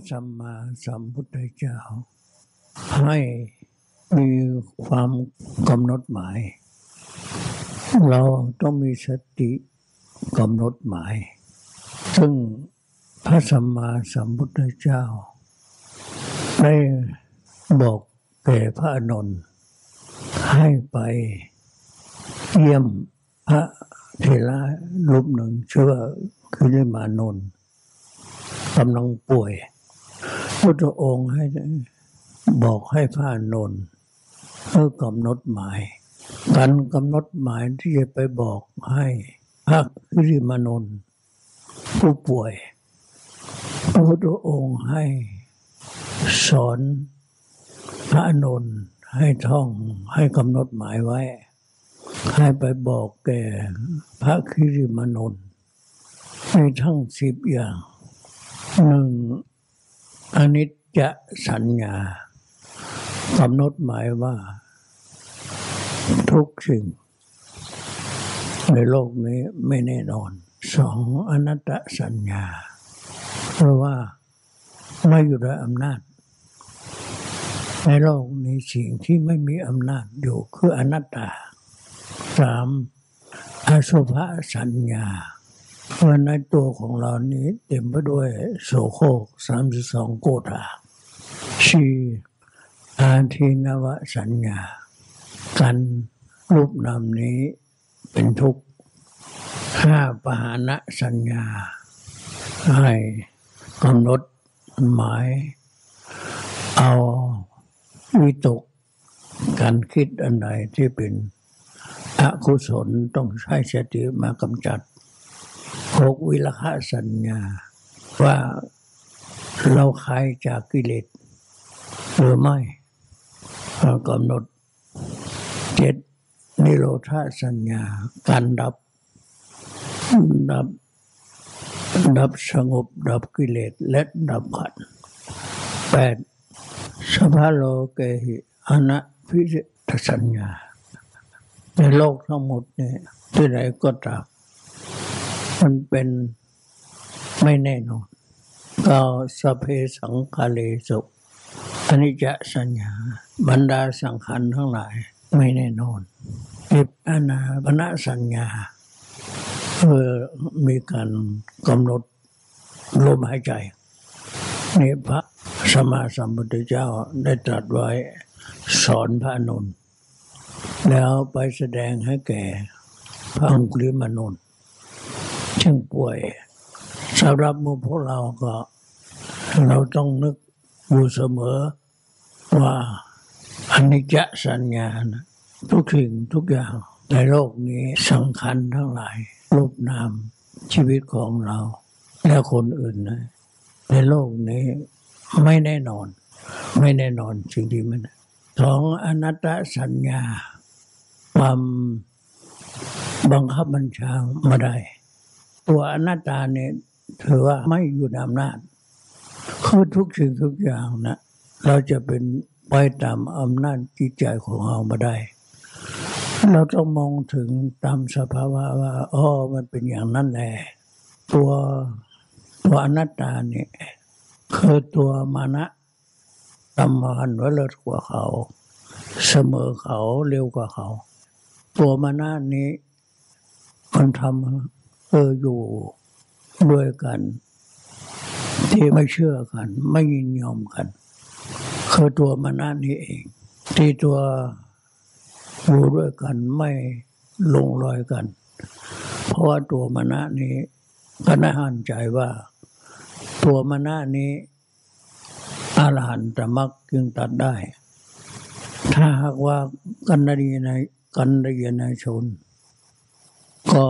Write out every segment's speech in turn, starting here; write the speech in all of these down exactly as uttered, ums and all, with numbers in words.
สัมมาสัมพุทธเจ้าให้มีความกำหนดหมายเราต้องมีสติกำหนดหมายซึ่งพระสัมมาสัมพุทธเจ้าได้บอกแก่พระอานนท์ให้ไปเยี่ยมพระเถระรูปหนึ่งชื่อว่าคือได้มานนท์กำลังป่วยพุทธองค์ให้บอกให้พระอานนท์เพื่อกำหนดหมายการกำหนดหมายที่จะไปบอกให้พระกิริมานนท์ผู้ป่วยพระพุทธองค์ให้สอนพระอานนท์ให้ท่องให้กำหนดหมายไว้ให้ไปบอกแก่พระกิริมานนท์ในทั้งสิบอย่างหนึ่งอนิจจสัญญากำหนดหมายว่าทุกสิ่งในโลกนี้ไม่แน่นอนสองอนัตตสัญญาเพราะว่าไม่อยู่ในอำนาจในโลกนี้สิ่งที่ไม่มีอำนาจอยู่คืออนัตตาสามอสุภสัญญาเพราะในตัวของเรานี้เต็มไปด้วยโสโครกสามสิบสองโกฏาสี่อาทินวสัญญาการรูปนามนี้เป็นทุกข์ห้าปหานะสัญญาให้กำหนดหมายเอาวิตกการคิดอันใดที่เป็นอกุศลต้องใช้สติมากำจัดหกวิราคะสัญญาว่าเราคลายจากกิเลสหรือไม่กำหนดเจ็ดนิโรธสัญญาการดับดับดับสงบดับกิเลสและดับขันธ์แปดสัพพโลเกหิอนัพิเศษสัญญาในโลกทั้งหมดเนี่ยที่ไหนก็ตามมันเป็นไม่แน่นอนก็สัพเพสังขาเรสุอนิจจสัญญาบรรดาสังขารทั้งหลายไม่แน่นอนอิปอานาปณสัญญาเพื่อมีการกำหนดลมหายใจนี่พระสัมมาสัมพุทธเจ้าได้ตรัสไว้สอนพระอานนท์แล้วไปแสดงให้แก่พระองคุลิมานนท์ซึ่งป่วยสำหรับมือพวกเราก็เราต้องนึกอยู่เสมอว่าอนิจจสัญญานะทุกสิ่งทุกอย่างในโลกนี้สังขารทั้งหลายรูปนามชีวิตของเราและคนอื่นนะในโลกนี้ไม่แน่นอนไม่แน่นอนสิ่งที่มันสองอนัตตสัญญาความบังคับบัญชาไม่ได้ตัวอนัตตาเนี่ยถือว่าไม่อยู่ในอำนาจคือทุกสิ่งทุกอย่างนะเราจะเป็นไปตามอำนาจจิตใจของเราไม่ได้เราต้องมองถึงตามสภาวะว่าอ๋อมันเป็นอย่างนั้นแหละตัวตัวอนัตตาเนี่ยคือตัวมานะตำมันว่าเลิศกว่าเขาเสมอเขาเร็วกว่าเขาตัวมานะนี้มันทำเอออยู่ด้วยกันที่ไม่เชื่อกันไม่ยินยอมกันคือตัวมานะนี้เองที่ตัวอยู่ด้วยกันไม่ลงรอยกันเพราะว่าตัวมานะนี้ก็น่าหันใจว่าตัวมานะนี้อรหันตมรรคจึงตัดได้ถ้าหากว่ากันดารในกันดารในชนก็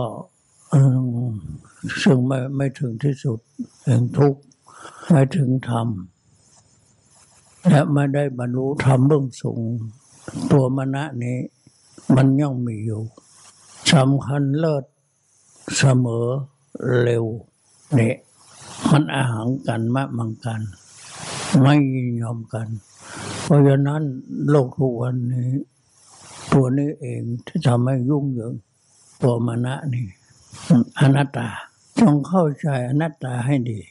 ซึ่งไม่ไม่ถึงที่สุดแห่งทุกข์ไม่ถึงธรรมและไม่ได้บรรลุธรรมเบื้องสูงตัวมนะนี้มันย่อมมีอยู่สำคัญเลิศเสมอเร็วเนี่ยมันอาหังกันมะมังกันไม่ยินยอมกันเพราะฉะนั้นโลกทุกวันนี้ตัวนี้เองที่ทำให้ยุ่งเหยิงตัวมนะนี่อนัตตาจงเข้าใจอนัตตาให้ดีอ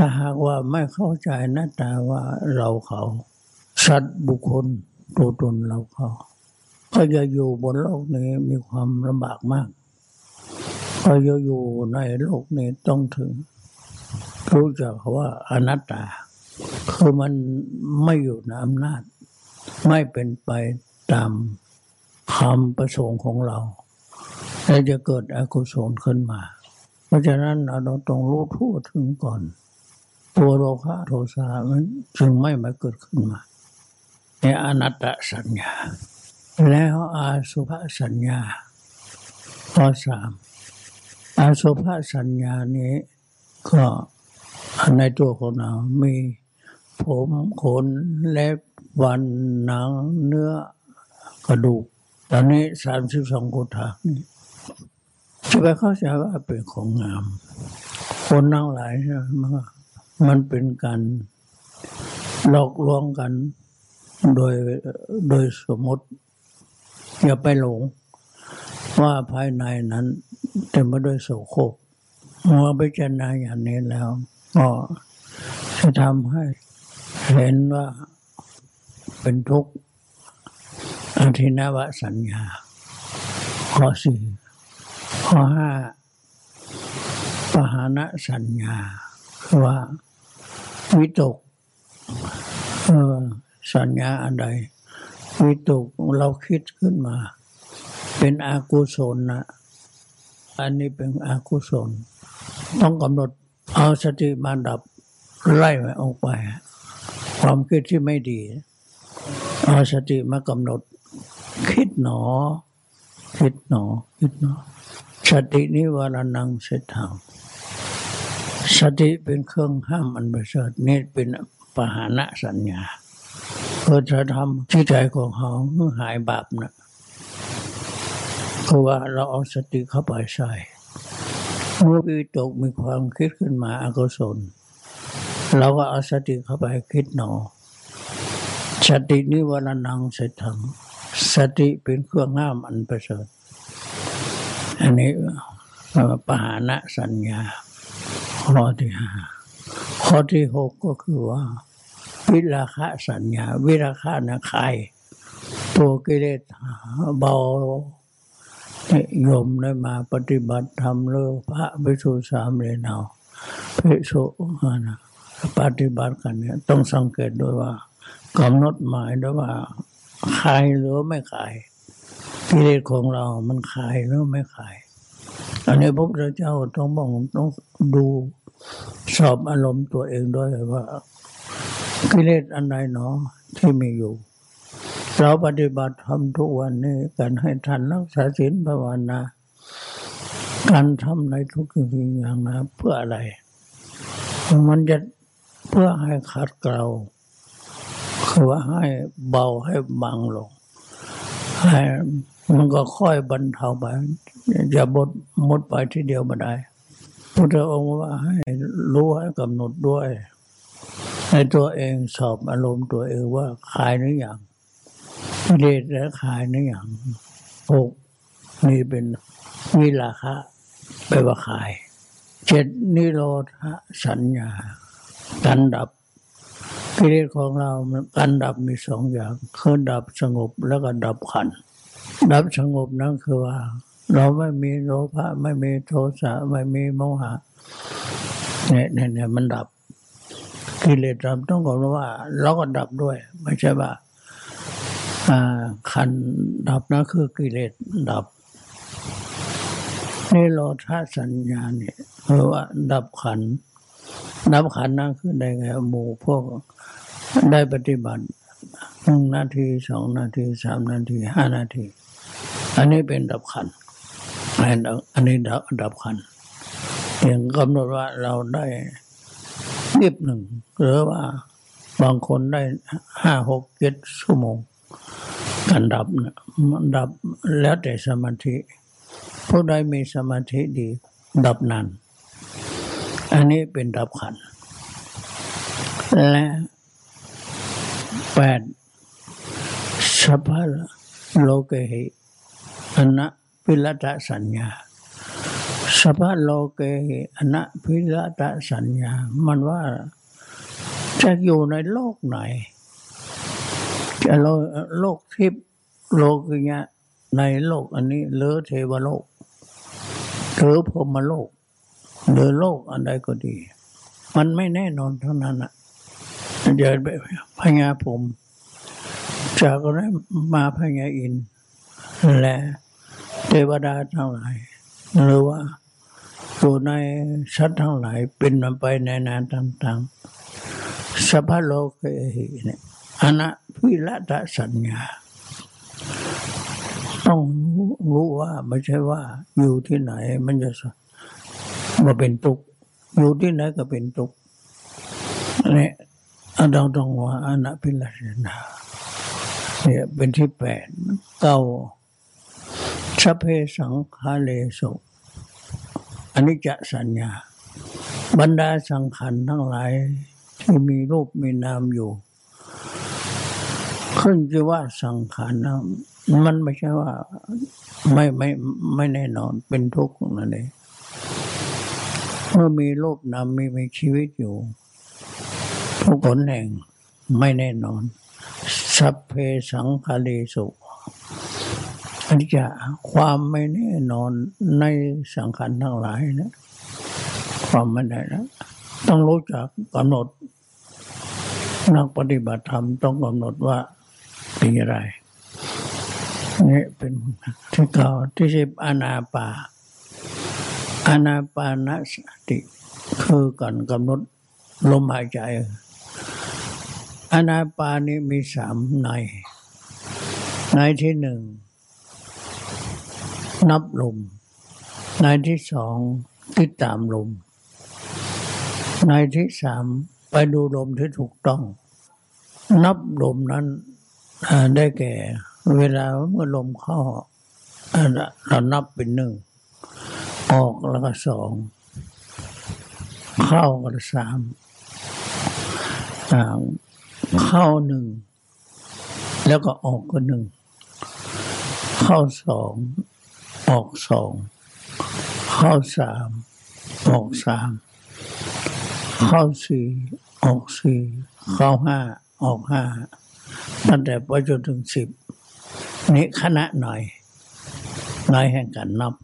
ถ้าหากว่าไม่เข้าใจหน้าตาว่าเราเขาสัตว์บุคคลตัวตนเราเขาก็จะอยู่บนโลกนี้มีความลำบากมากก็จะอยู่ในโลกนี้ต้องถึงรู้จักว่าอนัตตาคือมันไม่อยู่ในอำนาจไม่เป็นไปตามความประสงค์ของเราและจะเกิดอกุศลขึ้นมาเพราะฉะนั้นเราต้องรู้ทั่วถึงก่อนตัวโลภะโทสะมันจึงไม่มาเกิดขึ้นมาในอนัตตสัญญาแล้วอาสุภสัญญาข้อสามอาสุภสัญญานี้ก็ในตัวของเรามีผมขนเล็บฟันหนังเนื้อกระดูกตอนนี้สามสิบสองกุฏานี่จะไปเข้าใจว่าเป็นของงามคนทั้งหลายมันมันเป็นการหลอกลวงกันโดยโดยสมมติอย่าไปหลงว่าภายในนั้นเต็มไปด้วยโสโครกเมื่อพิจารณาอย่างนี้แล้วก็จะทำให้เห็นว่าเป็นทุกข์อธินวสัญญาข้อสี่ข้อห้าปหานะสัญญาคือว่าวิตกเออสัญญาอันใดวิตกเราคิดขึ้นมาเป็นอกุศลนะอันนี้เป็นอกุศลต้องกำหนดเอาสติมาดับไล่มันออกไปความคิดที่ไม่ดีเอาสติมากำหนดคิดหนอคิดหนอคิดหนอสตินิวรณังเสถังสติเป็นเครื่องห้ามอันประเสริฐนี่เป็นปหานะสัญญาเพื่อจะทำที่ใจของเขาหายบาปนะคือว่าเราเอาสติเข้าไปใส่เมื่อวิตกมีความคิดขึ้นมาอกุศลเราก็เอาสติเข้าไปคิดหนอสตินิวรณังเสถังสติเป็นเครื่องห้ามอันประเสริฐอันนี้ปหานะสัญญาข้อที่ห้าข้อที่หกก็คือว่าวิราคะสัญญาวิราคะนะคลายตัวกิเลสเบาโยมได้มาปฏิบัติธรรมเลือพระภิกษุสามเณรภิกษุนะปฏิบัติกันเนี่ยต้องสังเกตด้วยว่ากำหนดหมายด้วยว่าคลายหรือไม่คลายกิเลสของเรามันคลายหรือไม่คลายอันนี้พระพุทธเจ้าต้องบอกต้องดูสอบอารมณ์ตัวเองด้วยว่ากิเลสอันใดเนาะที่มีอยู่เราปฏิบัติธรรมทุกวันนี้การให้ทานรักษาศีลภาวนาการทำในทุกสิ่งอย่างนะเพื่ออะไรมันจะเพื่อให้ขัดเกลาคือว่าให้เบาให้บางลงให้มันก็ค่อยบรรเทาไปอย่าบดหมดไปทีเดียวไม่ได้พุทธองค์ว่าให้รู้ให้กำหนดด้วยให้ตัวเองสอบอารมณ์ตัวเองว่าคลายหรือยังกิเลสและคลายหรือยังหกนี่เป็นวิราคะแปลว่าคลายเจ็ดนิโรธสัญญาการดับกิเลสของเราการดับมีสองอย่างคือดับสงบแล้วก็ดับขันธ์ดับสงบนั่นคือว่าเราไม่มีโลภะไม่มีโทสะไม่มีโมหะเนี่ยเนี่ยมันดับกิเลสดับต้องบอกว่าเราก็ดับด้วยไม่ใช่ว่าขันธ์ดับนั่นคือกิเลสดับนี่โลภะสัญญาเนี่ยคือว่าดับขันธ์ดับขันธ์นั่นคือได้ไงหมู่พวกได้ปฏิบัติหนึ่งนาทีสองนาทีสามนาทีห้านาทีอันนี้เป็นดับขันธ์อันนี้ดับดับขันธ์อย่างกำหนดว่าเราได้นิบหนึ่งหรือว่าบางคนได้ห้าหกเจ็ดชั่วโมงการดับมันดับแล้วแต่สมาธิผู้ใดมีสมาธิดีดับนานอันนี้เป็นดับขันธ์และแปดสัพพะโลกหิอนะปิลตสัญญาสัพพะโลเกหิอนัพิรตสัญญามันว่าจะอยู่ในโลกไหนจะโลกโลกทิพย์โลกอย่างเงี้ยในโลกอันนี้หรือเทวโลกหรือพรหมโลกหรือโลกอันใดก็ดีมันไม่แน่นอนเท่านั้นอ่ะเดี๋ยวพญาผมจากนั้นมาพญาอินทร์และเทวดาทั้งหลายหรือว่าอยู่ในสัตว์ทั้งหลายเป็นมาไปในนานต่างๆสัพพะโลกหิเนี่ยอนัพิรตสัญญาต้องรู้ว่าไม่ใช่ว่าอยู่ที่ไหนมันจะมาเป็นทุกข์อยู่ที่ไหนก็เป็นทุกข์เนี่ยเราต้องว่าอนัพิรตสัญญาเนี่ยเป็นที่แปดเก้าสัพเพสังขาเลสุอนิจจสัญญาบรรดาสังขารทั้งหลายที่มีรูปมีนามอยู่ขึ้นชื่อว่าสังขารนะมันไม่ใช่ว่าไม่ไม่ไม่แน่นอนเป็นทุกข์นั่นเองเมื่อมีรูปนามมีมีชีวิตอยู่ทุกคนแห่งไม่แน่นอนสัพเพสังขาเลสุอันนี้จะความไม่แน่นอนในสังขารทั้งหลายนะความไม่ได้นะต้องรู้จักกำหนดนักปฏิบัติธรรมต้องกำหนดว่าเป็นอะไรนี่เป็นที่เก้าที่สิบอานาปาอานาปานสติคือการกำหนดลมหายใจอานาปานี้มีสามในในที่หนึ่งนับลมในที่สองติดตามลมในที่สามไปดูลมที่ถูกต้องนับลมนั้นได้แก่เวลาเมื่อลมเข้าเรานับเป็นหนึ่งออกแล้วก็สองเข้าก็สามเข้าหนึ่งแล้วก็ออกก็หนึ่งเข้าสองออกสองเข้าสามออกสามเข้าสี่ออกสี่เข้าห้าออกห้าตั้งแต่ไปจนถึงสิบนี่คณะหน่อยหน่อยแห่งการนับ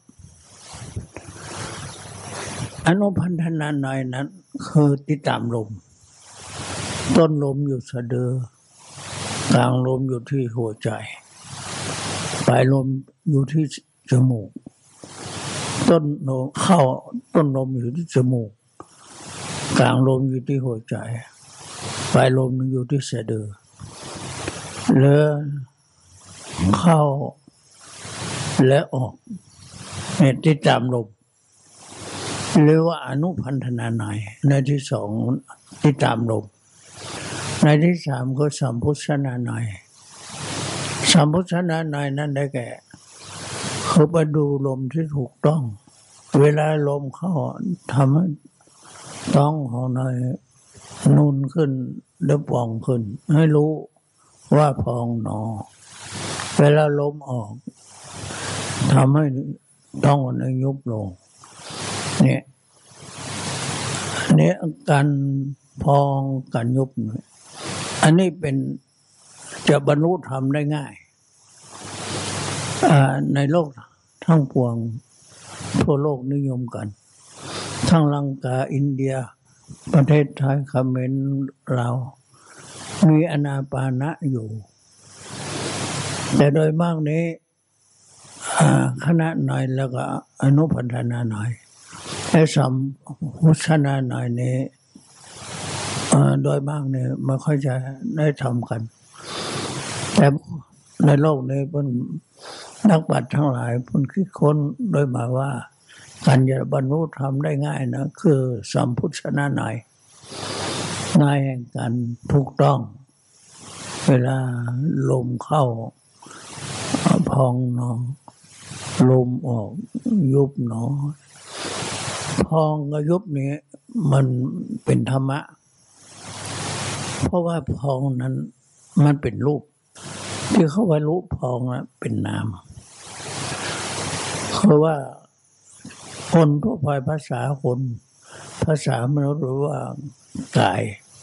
อนุพันธนาหน่อยนั้นคือติดตามลมต้นลมอยู่สะดือกลางลมอยู่ที่หัวใจปลายลมอยู่ที่จมูกต้นลมเข้าต้นลมอยู่ที่จมูกกลางลมอยู่ที่หัวใจปลายลมอยู่ที่สะดือเลือเข้าและออกเนี่ยติดตามลมเรียกว่าอนุพันธนาหน่อยในที่สองติดตามลมในที่สามก็สัมพุชนาหน่อยสัมพุชนาหน่อยนั้นได้แก่เขาไปดูลมที่ถูกต้องเวลาลมเข้าทำให้ต้องของหน่อยนุนขึ้นหรือพองขึ้นให้รู้ว่าพองหนอเวลาลมออกทำให้ต้องมันยุบลงเนี่ยเนี่ยการพองการยุบอันนี้เป็นจะบรรลุธรรมได้ง่ายในโลกทั้งปวงทั่วโลกนิยมกันทั้งลังกาอินเดียประเทศไทยเขมรเรามีอานาปานะอยู่แต่โดยมากนี้คณะหน่อยแล้วก็อนุพันธนาหน่อยไอ้สัมพุชนาหน่อยนี้โดยมากเนี่ยไม่ค่อยจะได้ทำกันแต่ในโลกนี้เป็นนักปราชญ์ทั้งหลายเพิ่นคิดค้นโดยมาว่าการจะบรรลุธรรมได้ง่ายนะคือสัมพุชนาหน่อยง่ายแห่งการถูกต้องเวลาลมเข้าพองหนอลมออกยุบหนอพองกับยุบนี้มันเป็นธรรมะเพราะว่าพองนั้นมันเป็นรูปที่เขาว่ารูปพองนะเป็นนามเพราะว่าคนทั่วไปภาษาคนภาษามนุษย์หรือว่ากาย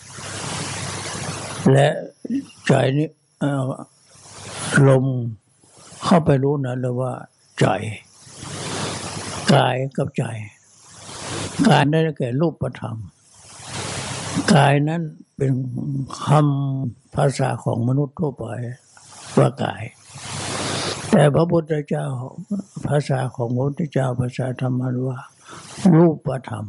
และใจนี้ลมเข้าไปรู้นะเลยว่าใจกายกับใจกายได้แก่รูปธรรมกายนั้นเป็นคำภาษาของมนุษย์ทั่วไปว่ากายแต่พระพุทธเจ้าภาษาของพระพุทธเจ้าภาษาธรรมว่ารูปธรรม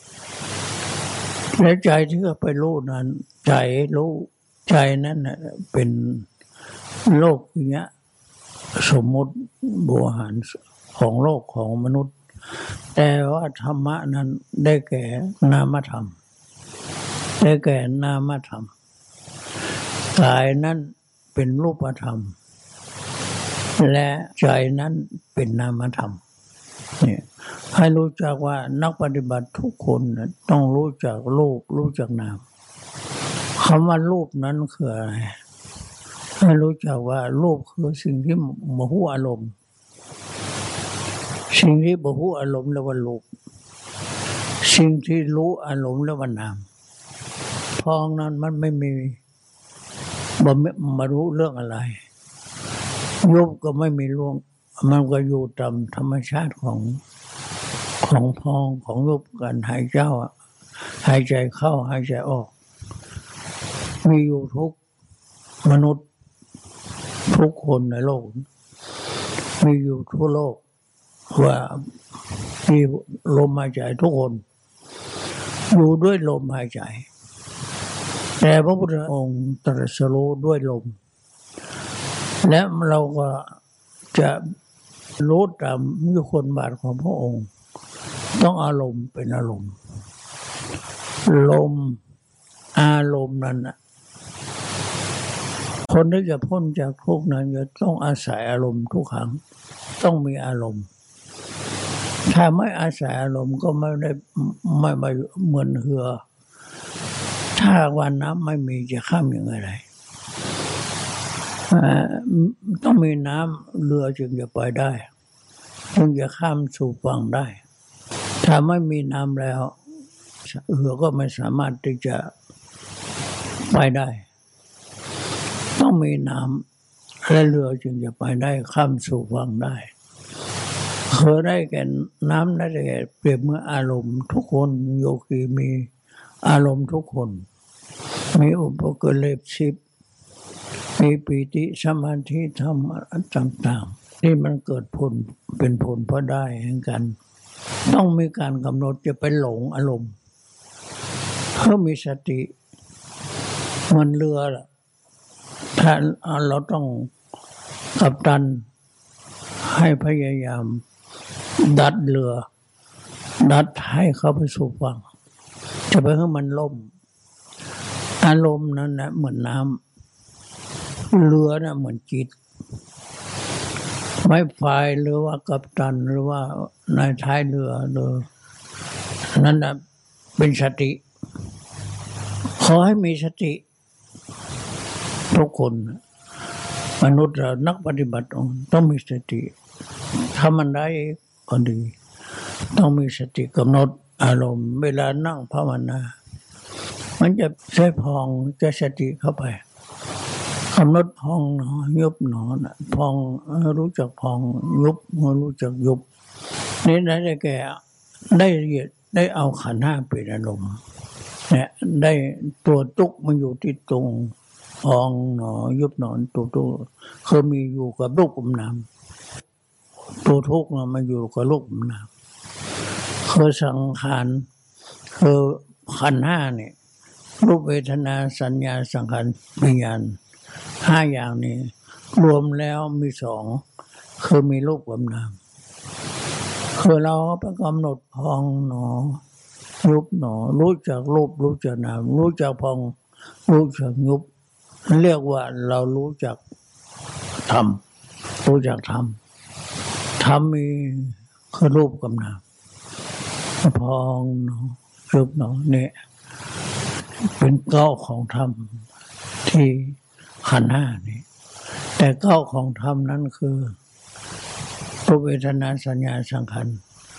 และใจที่เขาไปรู้นั้นใจรู้ใจนั้นเป็นโลกอย่างเงี้ยสมมติโบราณของโลกของมนุษย์แต่ว่าธรรมะนั้นได้แก่นามธรรมได้แก่นามธรรมกายนั้นเป็นรูปธรรมและใจนั้นเป็นนามธรรมเนี่ยให้รู้จักว่านักปฏิบัติทุกคนต้องรู้จักรูปรู้จักนามคำว่ารูปนั้นคืออะไรให้รู้จักว่ารูปคือสิ่งที่มหูอารมณ์สิ่งที่มหูอารมณ์เรียกว่ารูปสิ่งที่รู้อารมณ์เรียกว่านามพองนั้นมันไม่มีบ่มารู้เรื่องอะไรยุบก็ไม่มีร่วงมันก็อยู่ตามธรรมชาติของของพองของยุบกันหายเจ้าหายใจเข้าหายใจออกมีอยู่ทุกมนุษย์ทุกคนในโลกมีอยู่ทั่วโลกว่ามีลมหายใจทุกคนอยู่ด้วยลมหายใจแต่พระพุทธองค์ตรัสรู้ด้วยลมและเราก็จะรู้ตามยุคนบาทของพระองค์ต้องอารมณ์เป็นอารมณ์ลมอารมณ์นั้นคนที่จะพ้นจากทุกข์นั้นจะต้องอาศัยอารมณ์ทุกครั้งต้องมีอารมณ์ถ้าไม่อาศัยอารมณ์ก็ไม่ได้ไม่ไม่เหมือนเรือถ้าวันน้ำไม่มีจะข้ามยังไงไรต้องมีน้ำเรือจึงจะไปได้จึงจะข้ามสู่ฝั่งได้ถ้าไม่มีน้ำแล้วเรือก็ไม่สามารถที่จะไปได้ต้องมีน้ำและเรือจึงจะไปได้ข้ามสู่ฝั่งได้เคยได้แก่น้ำได้แก่เปรียบเหมือนอารมณ์ทุกคนโยคีมีอารมณ์ทุกคนมีอุปกรณ์สิบมีปิติสมาธิธรรมต่างๆที่มันเกิดผลเป็นผลเพราะได้แห่งกันต้องมีการกำหนดจะไปหลงอารมณ์เพื่อมีสติมันเรือล่ะถ้าเราต้องกัปตันให้พยายามดัดเรือดัดให้เข้าไปสู่ฝั่งจะไปให้มันล่มอารมณ์นั้นนะเหมือนน้ำเรือนะเหมือนจิตไม้พายหรือว่ากัปตันหรือว่านายท้ายเรือเรือนั้นนะเป็นสติขอให้มีสติทุกคนมนุษย์เรานักปฏิบัติต้องมีสติถ้ามันได้ก็ดีต้องมีสติกำหนดอารมณ์เวลานั่งภาวนามันจะใช้พองจะสติเข้าไปกำหนดพองหนอยุบหนอนะพองรู้จักพองยุบรู้จักยุบนี่ได้แก่ได้ได้เอาขันธ์ห้าเป็นอารมณ์เนี่ยได้ตัวตุกมันอยู่ที่ตรงพองหนอยุบหนอนตัวตัวคือมีอยู่กับรูปกับนามตัวทุกข์มันอยู่กับรูปกับนามคือสังขารคือขันธ์ห้าเนี่ยรูปเวทนาสัญญาสังขารวิญญาณห้าอย่างนี้รวมแล้วมีสองคือมีรูปกับนามคือเราไปกำหนดพองหนอยุบหนอรู้จักรูปรู้จักนามรู้จักพองรู้จักยุบเรียกว่าเรารู้จักธรรมรู้จักธรรมธรรมมีคือรูปกับนามพองหนอยุบหนอเนี่ยเป็นเก้าของธรรมที่ขันธ์ห้านี่แต่เก้าของธรรมนั้นคือรูปเวทนาสัญญาสังขาร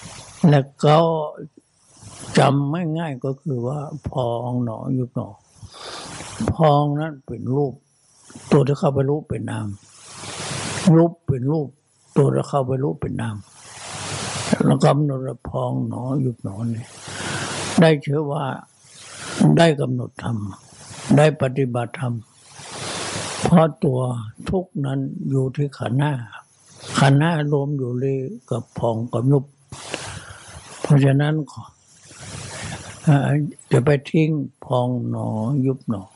และก็จำไม่ง่ายก็คือว่าพองหนอยุบหนอพองนั้นเป็นรูปตัวที่เข้าไปรูปเป็นนามรูปเป็นรูปตัวที่เข้าไปรูปเป็นนามแล้วกำหนดพองหนอยุบหนอนี่ได้เชื่อว่าได้กำหนดธรรมได้ปฏิบัติธรรมเพราะตัวทุกนั้นอยู่ที่ขันธ์ห้าขันธ์ห้ารวมอยู่เลยกับพองกับยุบเพราะฉะนั้นจะไปทิ้งพองหนอยุบหนอ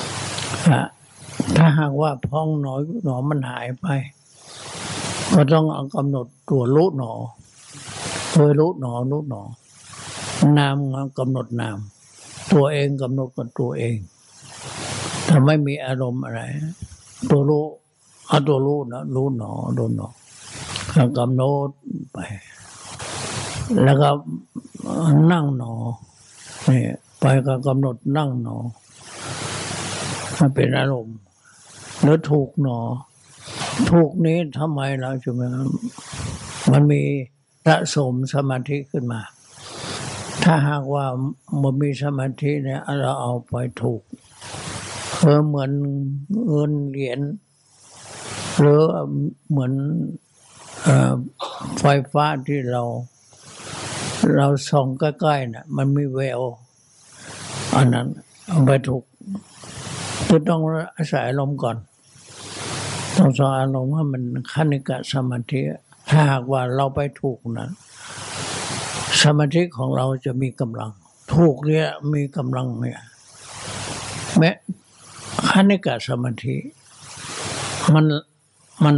ถ้าหากว่าพองหนอยุบหนอมันหายไปก็ต้องเอากำหนดตัวรู้หนอเคยรู้หนอรู้หนอนามกำหนดนามตัวเองกำหนดกับตัวเองถ้าไม่มีอารมณ์อะไรตัวรู้เอาตัวรู้นะรู้หนอรู้หนอกำหนดไปแล้วก็นั่งหนอนี่ไปก็กำหนดนั่งหนอมันเป็นอารมณ์แล้วถูกหนอถูกนี้ทำไมเราใช่ไหมมันมีสะสมสมาธิขึ้นมาถ้าหากว่ามันมีสมาธิเนี่ยเราเอาไปถูกเออเหมือนเงินเหรียญหรือเหมือนไฟฟ้าที่เราเราส่องใกล้ๆน่ะมันมีแววอันนั้นเอาไปถูกจะต้องอาศัยอารมณ์ก่อนต้องสอนอารมณ์ว่ามันคณิกะสมาธิถ้าหากว่าเราไปถูกนะสมาธิของเราจะมีกำลังถูกเนี่ยมีกำลังเนี่ยแม้คณิกะสมาธิมันมัน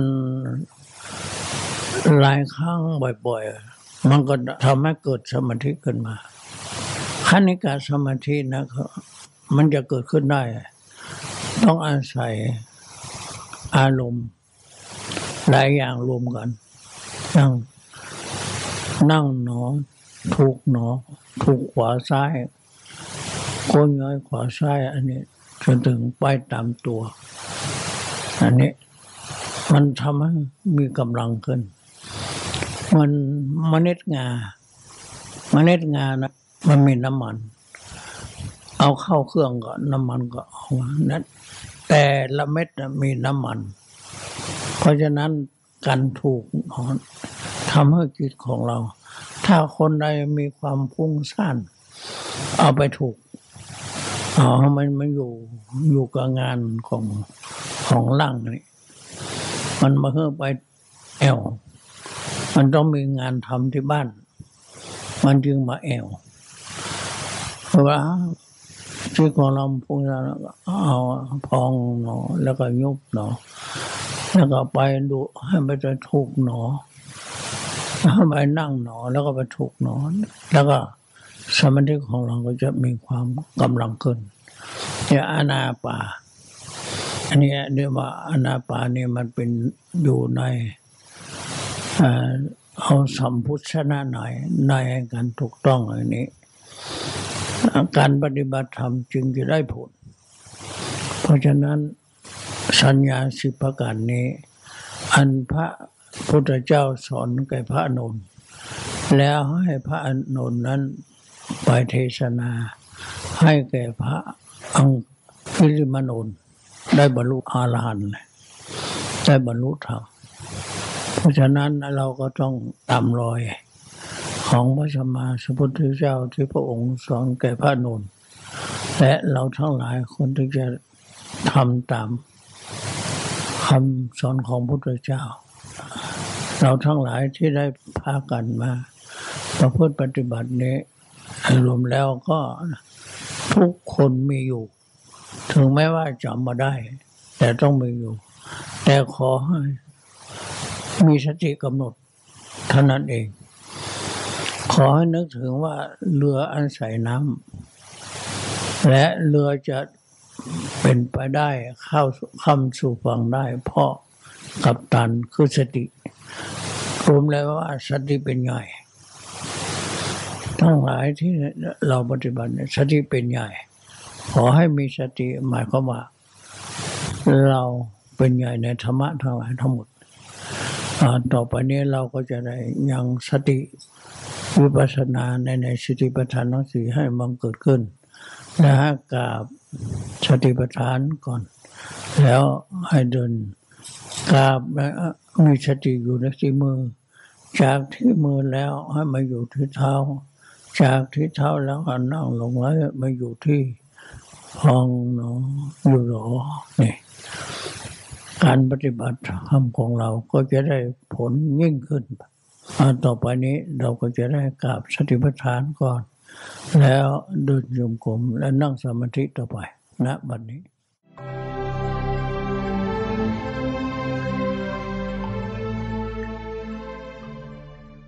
หลายครั้งบ่อยๆมันก็ทำให้เกิดสมาธิขึ้นมาคณิกะสมาธินะมันจะเกิดขึ้นได้ต้องอาศัยอารมณ์หลายอย่างรวมกันนั่งนั่งหนอถูกหนอถูกขวาซ้ายโค้งย้อยขวาซ้ายอันนี้จนถึงไปตามตัวอันนี้มันทำให้มีกำลังขึ้นมันเมล็ดงาเมล็ดงานะมันมีน้ำมันเอาเข้าเครื่องก่อนน้ำมันก็ออกนั้นแต่ละเม็ดมีน้ำมันเพราะฉะนั้นการถูกทำให้จิตของเราถ้าคนใดมีความฟุ้งซ่านเอาไปถูกเอามันมันอยู่อยู่กับงานของของร่างนี่มันมาเพื่อไปแอวมันต้องมีงานทำที่บ้านมันจึงมาแอวเพราะว่าที่ของเราฟุ้งซ่านเอาพองหนอแล้วก็ยุบหนอแล้วก็ไปดูให้มันจะถูกหนอให้ไปนั่งหนอแล้วก็ไปถูกหนอแล้วก็สมาธิของเราก็จะมีความกำลังขึ้นเนี่ยอานาปาอันนี้เรียกว่าอานาปานี่มันเป็นอยู่ในเอาสัมพุทธนะหน่อยในการถูกต้องอันนี้การปฏิบัติธรรมจึงจะได้ผลเพราะฉะนั้นสัญญาสิบประการนี้อันพระพุทธเจ้าสอนแก่พระอานนท์แล้วให้พระอานนท์นั้นไปเทศนาให้แก่พระอังคิริมานนท์ได้บรรลุอรหันต์ได้บรรลุธรรมเพราะฉะนั้นเราก็ต้องตามรอยของพระสัมมาสัมพุทธเจ้าที่พระองค์สอนแก่พระอานนท์และเราทั้งหลายคนที่จะทำตามคำสอนของพระพุทธเจ้าเราทั้งหลายที่ได้พากันมาประพฤติปฏิบัตินี้รวมแล้วก็ทุกคนมีอยู่ถึงแม้ว่าจำมาได้แต่ต้องมีอยู่แต่ขอให้มีสติกำหนดเท่านั้นเองขอให้นึกถึงว่าเรืออันใส่น้ำและเรือจะเป็นไปได้เข้าคำสู่ฝั่งได้เพราะกัปตันคือสติรวมแล้วว่าสติเป็นใหญ่ทั้งหลายที่เราปฏิบัติสติเป็นใหญ่ขอให้มีสติหมายความว่าเราเป็นใหญ่ในธรรมะทั้งหลายทั้งหมดอ่าต่อไปนี้เราก็จะได้ยังสติวิปัสสนาในในสติปัฏฐานทั้งสี่ให้บังเกิดขึ้นนะฮะกับสติปัฏฐานก่อน แล้วให้เดินกราบและมีสติอยู่ในที่มือจากที่มือแล้วให้มาอยู่ที่เท้าจากที่เท้าแล้วก็นั่งลงแล้วมาอยู่ที่พองหนออยู่หรอนี่การปฏิบัติธรรมของเราก็จะได้ผลยิ่งขึ้นต่อไปนี้เราก็จะได้กราบสติปัฏฐานก่อนแล้วเดินโยมกลมและนั่งสมาธิต่อไปณบัดนี้